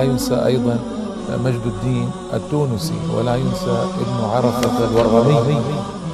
ولا ينسى أيضا مجد الدين التونسي، ولا ينسى ابن عرفة الورغمي.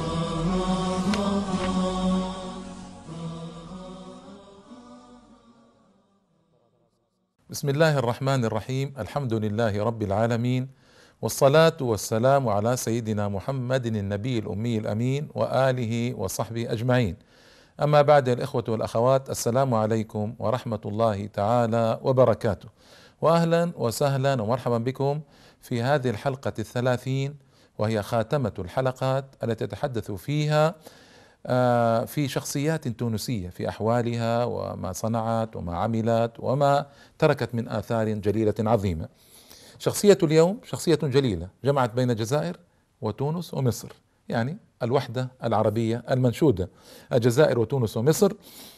بسم الله الرحمن الرحيم. الحمد لله رب العالمين، والصلاة والسلام على سيدنا محمد النبي الأمي الأمين وآله وصحبه أجمعين. أما بعد، يا الإخوة والأخوات، السلام عليكم ورحمة الله تعالى وبركاته، وأهلا وسهلا ومرحبا بكم في هذه الحلقة 30، وهي خاتمة الحلقات التي تتحدث فيها في شخصيات تونسية، في أحوالها وما صنعت وما عملت وما تركت من آثار جليلة عظيمة. شخصية اليوم شخصية جليلة، جمعت بين الجزائر وتونس ومصر، يعني الوحدة العربية المنشودة، الجزائر وتونس ومصر.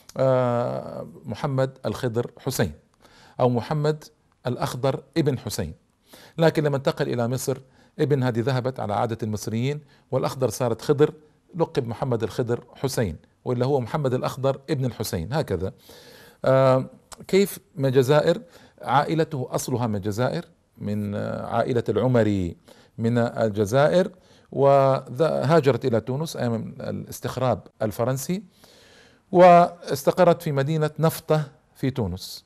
محمد الخضر حسين، أو محمد الأخضر ابن حسين. لكن لما انتقل إلى مصر، ابن هذه ذهبت على عادة المصريين، والأخضر صارت خضر، لقب محمد الخضر حسين، وإلا هو محمد الأخضر ابن الحسين، هكذا. كيف من الجزائر؟ عائلته أصلها من الجزائر، من عائلة العمري من الجزائر، وهاجرت إلى تونس أيام الاستخراب الفرنسي، واستقرت في مدينة نفطة في تونس.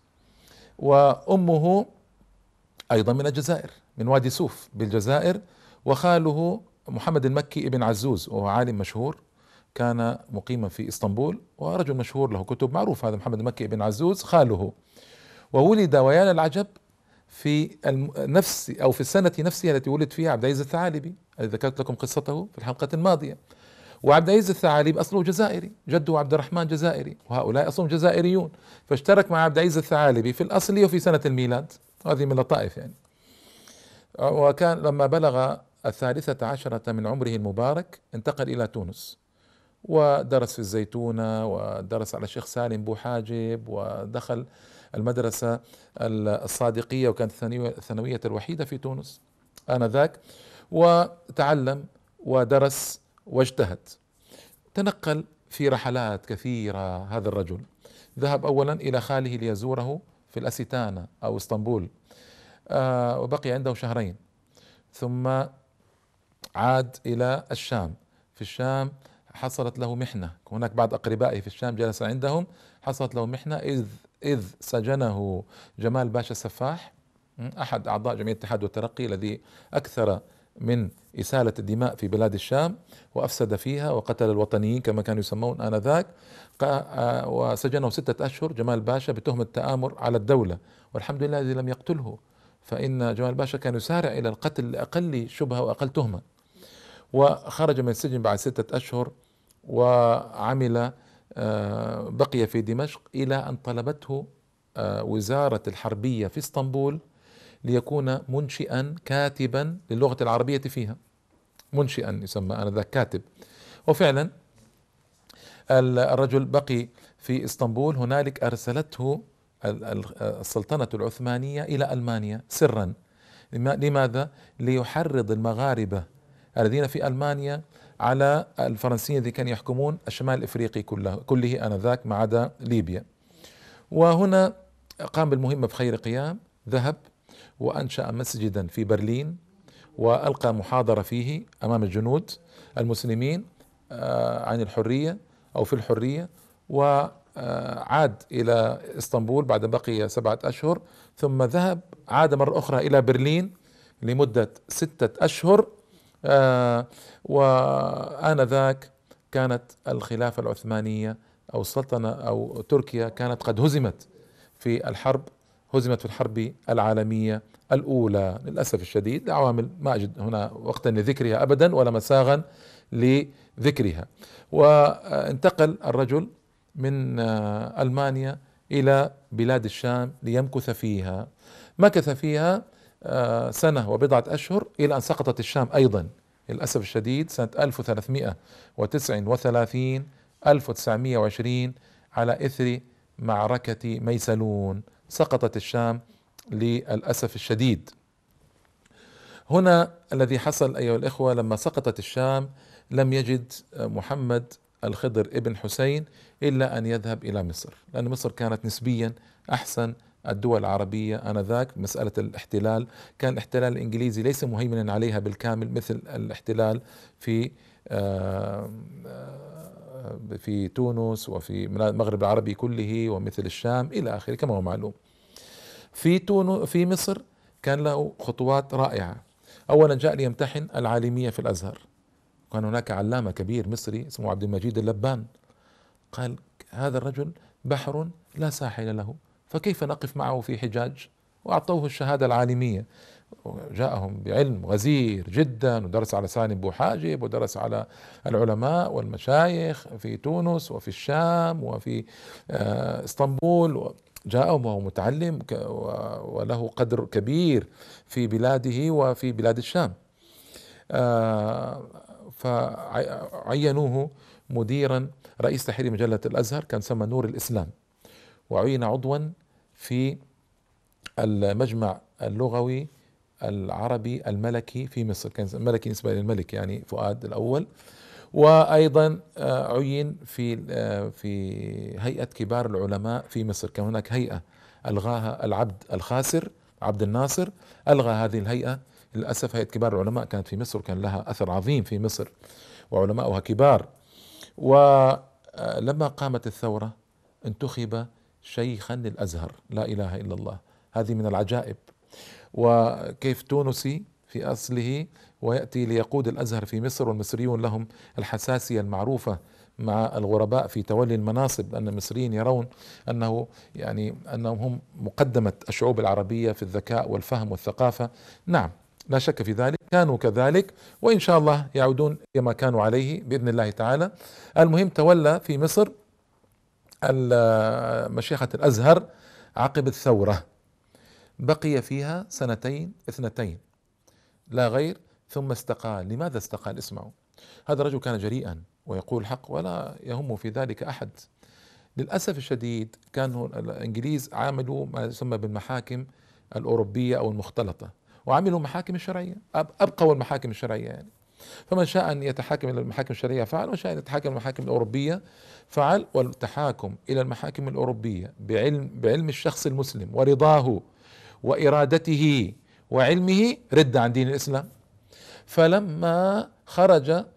وأمه أيضا من الجزائر، من وادي سوف بالجزائر، وخاله محمد المكي ابن عزوز، وهو عالم مشهور كان مقيما في اسطنبول، ورجل مشهور له كتب، معروف هذا محمد المكي ابن عزوز خاله. وولد ويا للعجب في نفس أو في السنة نفسها التي ولد فيها عبد العزيز الثعالبي، الذي ذكرت لكم قصته في الحلقة الماضية. وعبد العزيز الثعالبي أصله جزائري، جده عبد الرحمن جزائري، وهؤلاء أصلهم جزائريون، فاشترك مع عبد العزيز الثعالبي في الأصل وفي سنة الميلاد. هذه من اللطائف يعني. وكان لما بلغ 13 من عمره المبارك انتقل إلى تونس، ودرس في الزيتونة، ودرس على الشيخ سالم بوحاجب، ودخل المدرسة الصادقية، وكانت الثانوية الوحيدة في تونس آنذاك، وتعلم ودرس واجتهد. تنقل في رحلات كثيرة هذا الرجل. ذهب أولا إلى خاله ليزوره في الأستانة أو اسطنبول، وبقي عنده شهرين، ثم عاد إلى الشام. في الشام حصلت له محنة، هناك بعض أقربائه في الشام جلس عندهم، حصلت له محنة إذ سجنه جمال باشا السفاح، أحد أعضاء جمعية الاتحاد والترقي، الذي أكثر من إسالة الدماء في بلاد الشام وأفسد فيها وقتل الوطنيين كما كانوا يسمون آنذاك. وسجنه 6 أشهر جمال باشا بتهمة التآمر على الدولة، والحمد لله الذي لم يقتله، فإن جمال باشا كان يسارع إلى القتل لأقل شبهة وأقل تهمة. وخرج من السجن بعد 6 أشهر، وعمل بقي في دمشق إلى أن طلبته وزارة الحربية في اسطنبول ليكون منشئا كاتبا للغة العربية فيها، منشئا يسمى آنذاك كاتب. وفعلا الرجل بقي في اسطنبول. هنالك أرسلته السلطنة العثمانية إلى ألمانيا سرا. لماذا؟ ليحرض المغاربة الذين في ألمانيا على الفرنسيين الذين كانوا يحكمون الشمال الإفريقي كله آنذاك ما عدا ليبيا. وهنا قام بالمهمة بخير قيام، ذهب وأنشأ مسجدا في برلين، وألقى محاضرة فيه أمام الجنود المسلمين عن الحرية أو في الحرية، وعاد إلى اسطنبول بعد بقي 7 أشهر، ثم عاد مرة أخرى إلى برلين لمدة 6 أشهر. وآنذاك كانت الخلافة العثمانية أو السلطنة أو تركيا كانت قد هزمت في الحرب العالمية الأولى للأسف الشديد، لعوامل ما أجد هنا وقتا لذكرها أبدا ولا مساغا لذكرها. وانتقل الرجل من ألمانيا إلى بلاد الشام ليمكث فيها. مكث فيها 1 و بضعة أشهر، إلى أن سقطت الشام أيضا للأسف الشديد سنة 1339 1920 على إثر معركة ميسلون، سقطت الشام للأسف الشديد. هنا الذي حصل أيها الإخوة، لما سقطت الشام لم يجد محمد الخضر ابن حسين إلا أن يذهب إلى مصر، لأن مصر كانت نسبيا أحسن الدول العربية آنذاك. مسألة الاحتلال، كان الاحتلال الإنجليزي ليس مهيمنا عليها بالكامل مثل الاحتلال في في تونس وفي المغرب العربي كله ومثل الشام إلى آخره كما هو معلوم. في مصر كان له خطوات رائعة. أولا جاء ليمتحن العالمية في الأزهر، كان هناك علامة كبير مصري اسمه عبد المجيد اللبان، قال هذا الرجل بحر لا ساحل له، فكيف نقف معه في حجاج؟ وأعطوه الشهادة العالمية، جاءهم بعلم غزير جدا، ودرس على سالم بوحاجب، ودرس على العلماء والمشايخ في تونس وفي الشام وفي اسطنبول، جاءهم وهو متعلم وله قدر كبير في بلاده وفي بلاد الشام. فعينوه مديرا رئيس تحرير مجلة الأزهر، كان سمى نور الإسلام، وعين عضوا في المجمع اللغوي العربي الملكي في مصر، كان ملكي نسبة للملك يعني فؤاد الأول. وأيضا عين في هيئة كبار العلماء في مصر، كان هناك هيئة ألغاها العبد الخاسر عبد الناصر، ألغى هذه الهيئة للأسف. هيئة كبار العلماء كانت في مصر، كان لها أثر عظيم في مصر وعلماؤها كبار. ولما قامت الثورة انتخب شيخا للأزهر، لا إله إلا الله، هذه من العجائب. وكيف تونسي في أصله ويأتي ليقود الأزهر في مصر، والمصريون لهم الحساسية المعروفة مع الغرباء في تولي المناصب، لأن المصريين يرون أنه يعني أنهم هم مقدمة الشعوب العربية في الذكاء والفهم والثقافة. نعم، لا شك في ذلك، كانوا كذلك، وإن شاء الله يعودون كما كانوا عليه بإذن الله تعالى. المهم تولى في مصر مشيخة الأزهر عقب الثورة، بقي فيها سنتين اثنتين لا غير، ثم استقال. لماذا استقال؟ اسمعوا، هذا الرجل كان جريئا ويقول الحق ولا يهم في ذلك أحد. للأسف الشديد كانوا الإنجليز عاملوا ما يسمى بالمحاكم الأوروبية أو المختلطة، وعملوا محاكم الشرعية، أبقوا المحاكم الشرعية يعني. فمن شاء أن يتحاكم إلى المحاكم الشرعية فعل، ومن شاء أن يتحاكم إلى المحاكم الأوروبية فعل. والتحاكم إلى المحاكم الأوروبية بعلم الشخص المسلم ورضاه وإرادته وعلمه رد عن دين الإسلام. فلما خرج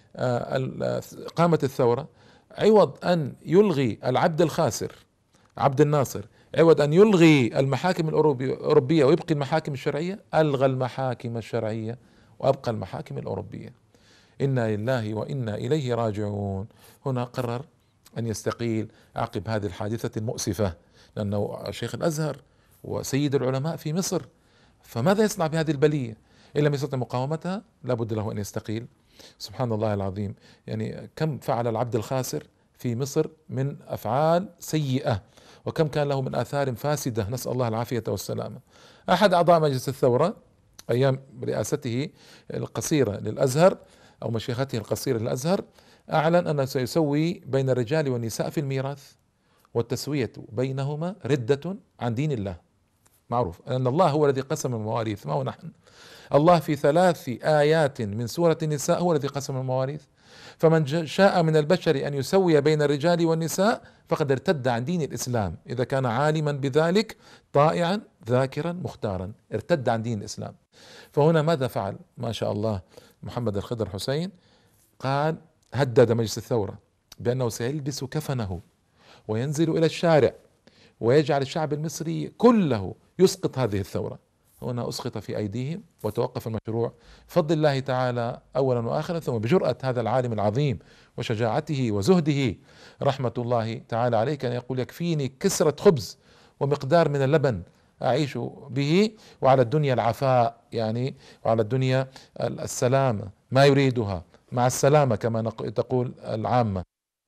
قامت الثورة، عوض أن يلغي العبد الخاسر عبد الناصر، عوض أن يلغي المحاكم الأوروبية ويبقي المحاكم الشرعية، ألغى المحاكم الشرعية وأبقى المحاكم الأوروبية. إنا لله وإنا إليه راجعون. هنا قرر أن يستقيل عقب هذه الحادثة المؤسفة، لأنه شيخ الأزهر وسيد العلماء في مصر، فماذا يصنع بهذه البلية؟ إن لم يستطع مقاومتها لابد له أن يستقيل. سبحان الله العظيم، يعني كم فعل العبد الخاسر في مصر من أفعال سيئة، وكم كان له من آثار فاسدة، نسأل الله العافية والسلامة. أحد أعضاء مجلس الثورة أيام رئاسته القصيرة للأزهر أو مشيخته القصيرة للأزهر أعلن أنه سيسوي بين الرجال والنساء في الميراث، والتسوية بينهما ردة عن دين الله. معروف أن الله هو الذي قسم المواريث، ما هو نحن. الله في 3 آيات من سورة النساء هو الذي قسم المواريث. فمن شاء من البشر أن يسوي بين الرجال والنساء فقد ارتد عن دين الإسلام، إذا كان عالما بذلك طائعا ذاكرا مختارا، ارتد عن دين الإسلام. فهنا ماذا فعل؟ ما شاء الله محمد الخضر حسين قال، هدد مجلس الثورة بأنه سيلبس كفنه وينزل إلى الشارع ويجعل الشعب المصري كله يسقط هذه الثورة. هنا أسقط في أيديهم وتوقف المشروع بفضل الله تعالى أولا وآخرا، ثم بجرأة هذا العالم العظيم وشجاعته وزهده رحمة الله تعالى عليه، كان يقول يكفيني كسرة خبز ومقدار من اللبن أعيش به، وعلى الدنيا العفاء، يعني وعلى الدنيا السلامة ما يريدها مع السلامة كما تقول العامة.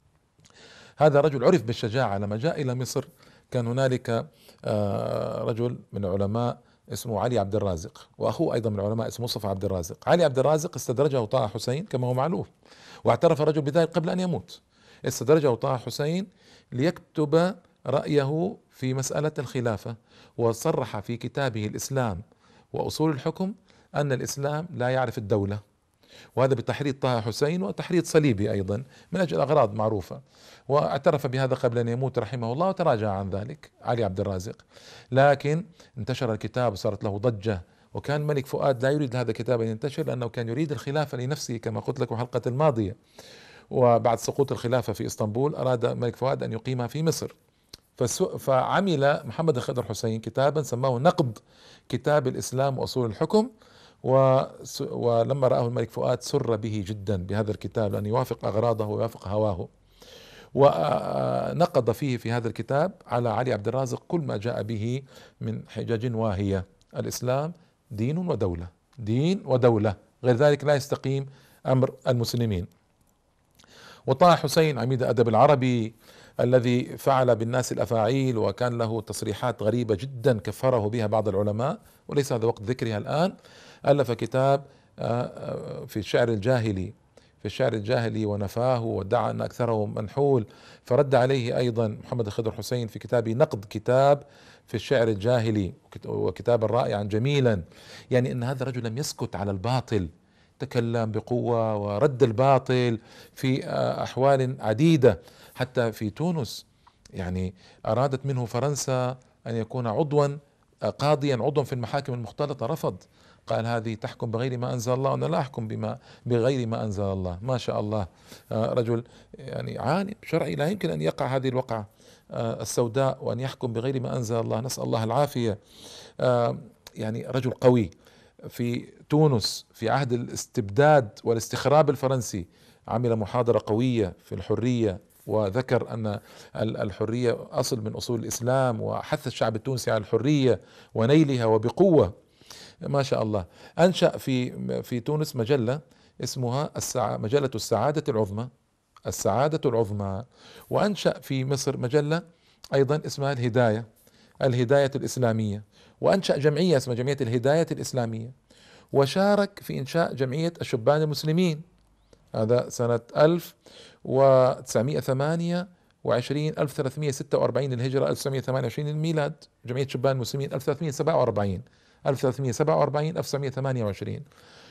هذا رجل عرف بالشجاعة. لما جاء إلى مصر كان هنالك رجل من العلماء اسمه علي عبد الرازق، واخوه ايضا من العلماء اسمه مصطفى عبد الرازق. علي عبد الرازق استدرجه طه حسين كما هو معلوم، واعترف الرجل بذلك قبل ان يموت. استدرجه طه حسين ليكتب رأيه في مسألة الخلافة، وصرح في كتابه الإسلام وأصول الحكم أن الإسلام لا يعرف الدولة، وهذا بتحريض طه حسين وتحريض صليبي أيضا من أجل أغراض معروفة. واعترف بهذا قبل أن يموت رحمه الله، وتراجع عن ذلك علي عبد الرازق. لكن انتشر الكتاب وصارت له ضجة، وكان الملك فؤاد لا يريد هذا الكتاب أن ينتشر، لأنه كان يريد الخلافة لنفسه كما قلت لكم الحلقة الماضية. وبعد سقوط الخلافة في إسطنبول أراد الملك فؤاد أن يقيمها في مصر، فعمل محمد الخضر حسين كتابا سماه نقد كتاب الإسلام وأصول الحكم. ولما رآه الملك فؤاد سر به جدا بهذا الكتاب، لأن يوافق أغراضه ويوافق هواه، ونقض فيه في هذا الكتاب على علي عبد الرازق كل ما جاء به من حجج واهية: الإسلام دين ودولة، دين ودولة، غير ذلك لا يستقيم أمر المسلمين. وطه حسين عميد الأدب العربي الذي فعل بالناس الأفاعيل، وكان له تصريحات غريبة جدا كفره بها بعض العلماء، وليس هذا وقت ذكرها الآن. ألف كتاب في الشعر الجاهلي، في الشعر الجاهلي ونفاه، وادعى أن أكثره منحول، فرد عليه أيضا محمد الخضر حسين في كتابه نقد كتاب في الشعر الجاهلي، وكتابا رائعا جميلا. يعني أن هذا الرجل لم يسكت على الباطل، تكلم بقوة ورد الباطل في أحوال عديدة. حتى في تونس يعني أرادت منه فرنسا أن يكون قاضيا عضوا في المحاكم المختلطة، رفض، قال هذه تحكم بغير ما أنزل الله، وأنا لا أحكم بغير ما أنزل الله. ما شاء الله، رجل يعني عالم شرعي لا يمكن أن يقع هذه الوقعة السوداء وأن يحكم بغير ما أنزل الله، نسأل الله العافية. يعني رجل قوي. في تونس في عهد الاستبداد والاستخراب الفرنسي عمل محاضرة قوية في الحرية، وذكر أن الحرية أصل من أصول الإسلام، وحث الشعب التونسي على الحرية ونيلها وبقوة. ما شاء الله. أنشأ في تونس مجلة اسمها مجلة السعادة العظمى، السعادة العظمى. وأنشأ في مصر مجلة أيضا اسمها الهداية، الهداية الإسلامية. وأنشأ جمعية اسمها جمعية الهداية الإسلامية. وشارك في إنشاء جمعية الشبان المسلمين، هذا سنة 1928، 1346 للهجرة، 1928 للميلاد. جمعية شبان المسلمين 1347، 1928.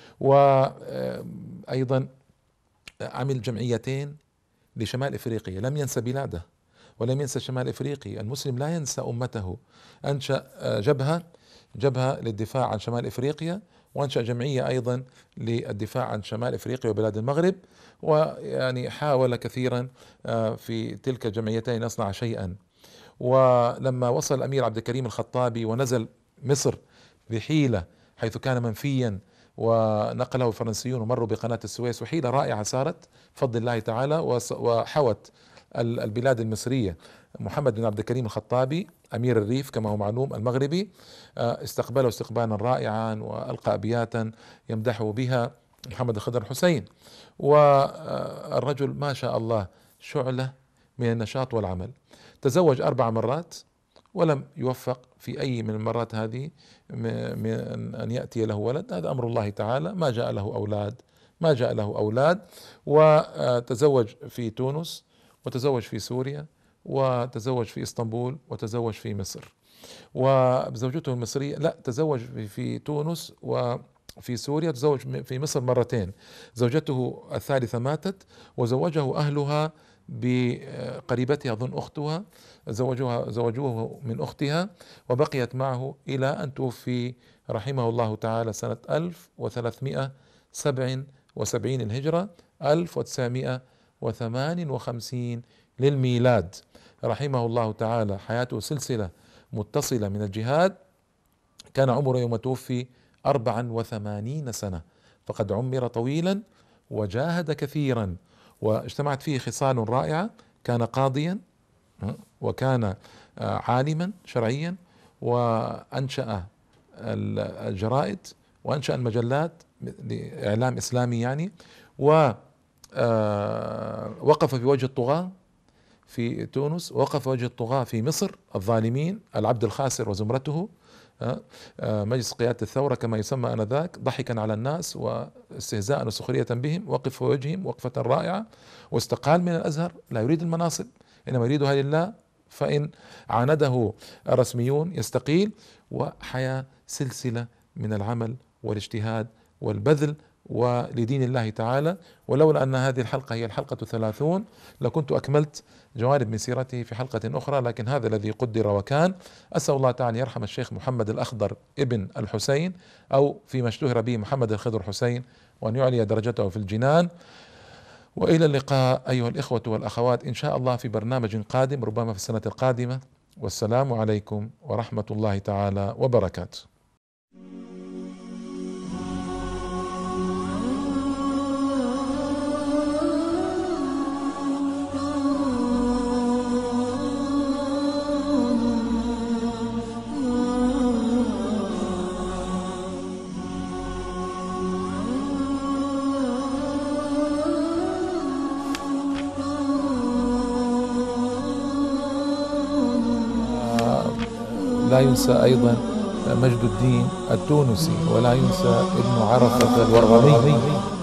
وأيضا عمل جمعيتين لشمال إفريقيا، لم ينسى بلاده ولم ينسى شمال إفريقيا. المسلم لا ينسى أمته. أنشأ جبهة للدفاع عن شمال إفريقيا، وأنشأ جمعية أيضا للدفاع عن شمال إفريقيا وبلاد المغرب. ويعني حاول كثيرا في تلك الجمعيتين يصنع شيئا. ولما وصل الأمير عبد الكريم الخطابي ونزل مصر بحيلة، حيث كان منفيا، ونقله الفرنسيون ومروا بقناة السويس، وحيلة رائعة صارت بفضل الله تعالى، وحوت البلاد المصرية. محمد بن عبد الكريم الخطابي أمير الريف كما هو معلوم المغربي استقبله استقبالا رائعا، وألقى أبياتا يمدحه بها محمد الخضر حسين. والرجل ما شاء الله شعلة من النشاط والعمل. تزوج 4 مرات ولم يوفق في أي من المرات هذه من أن يأتي له ولد، هذا أمر الله تعالى، ما جاء له أولاد، ما جاء له أولاد. وتزوج في تونس، وتزوج في سوريا، وتزوج في اسطنبول، وتزوج في مصر. وزوجته المصرية لا، تزوج في تونس وفي سوريا، تزوج في مصر مرتين. زوجته الثالثة ماتت، وزوجه أهلها بقريبتها أظن أختها، زوجوه من أختها، وبقيت معه إلى أن توفي رحمه الله تعالى سنة 1377 الهجرة، 1958 للميلاد. رحمه الله تعالى. حياته سلسلة متصلة من الجهاد. كان عمره يوم توفي 84 سنة، فقد عمر طويلا وجاهد كثيرا، واجتمعت فيه خصال رائعة. كان قاضيا، وكان عالما شرعيا، وأنشأ الجرائد، وأنشأ المجلات لإعلام إسلامي يعني، ووقف في وجه الطغاة في تونس، وقف وجه الطغاة في مصر الظالمين، العبد الخاسر وزمرته، مجلس قيادة الثورة كما يسمى آنذاك، ضحكا على الناس واستهزاء وسخرية بهم، وقف في وجههم وقفة رائعة. واستقال من الأزهر، لا يريد المناصب إنما يريدها لله، فإن عانده رسميون يستقيل. وحياة سلسلة من العمل والاجتهاد والبذل ولدين الله تعالى. ولولا أن هذه الحلقة هي الحلقة 30 لكنت أكملت جوانب من سيرته في حلقة أخرى، لكن هذا الذي قدر وكان. أسأل الله تعالى أن يرحم الشيخ محمد الأخضر ابن الحسين، أو فيما اشتهر به محمد الخضر حسين، وأن يعلي درجته في الجنان. وإلى اللقاء أيها الإخوة والأخوات إن شاء الله في برنامج قادم، ربما في السنة القادمة. والسلام عليكم ورحمة الله تعالى وبركاته. لا ينسى أيضا مجد الدين التونسي، ولا ينسى ابن عرفة الورغمي.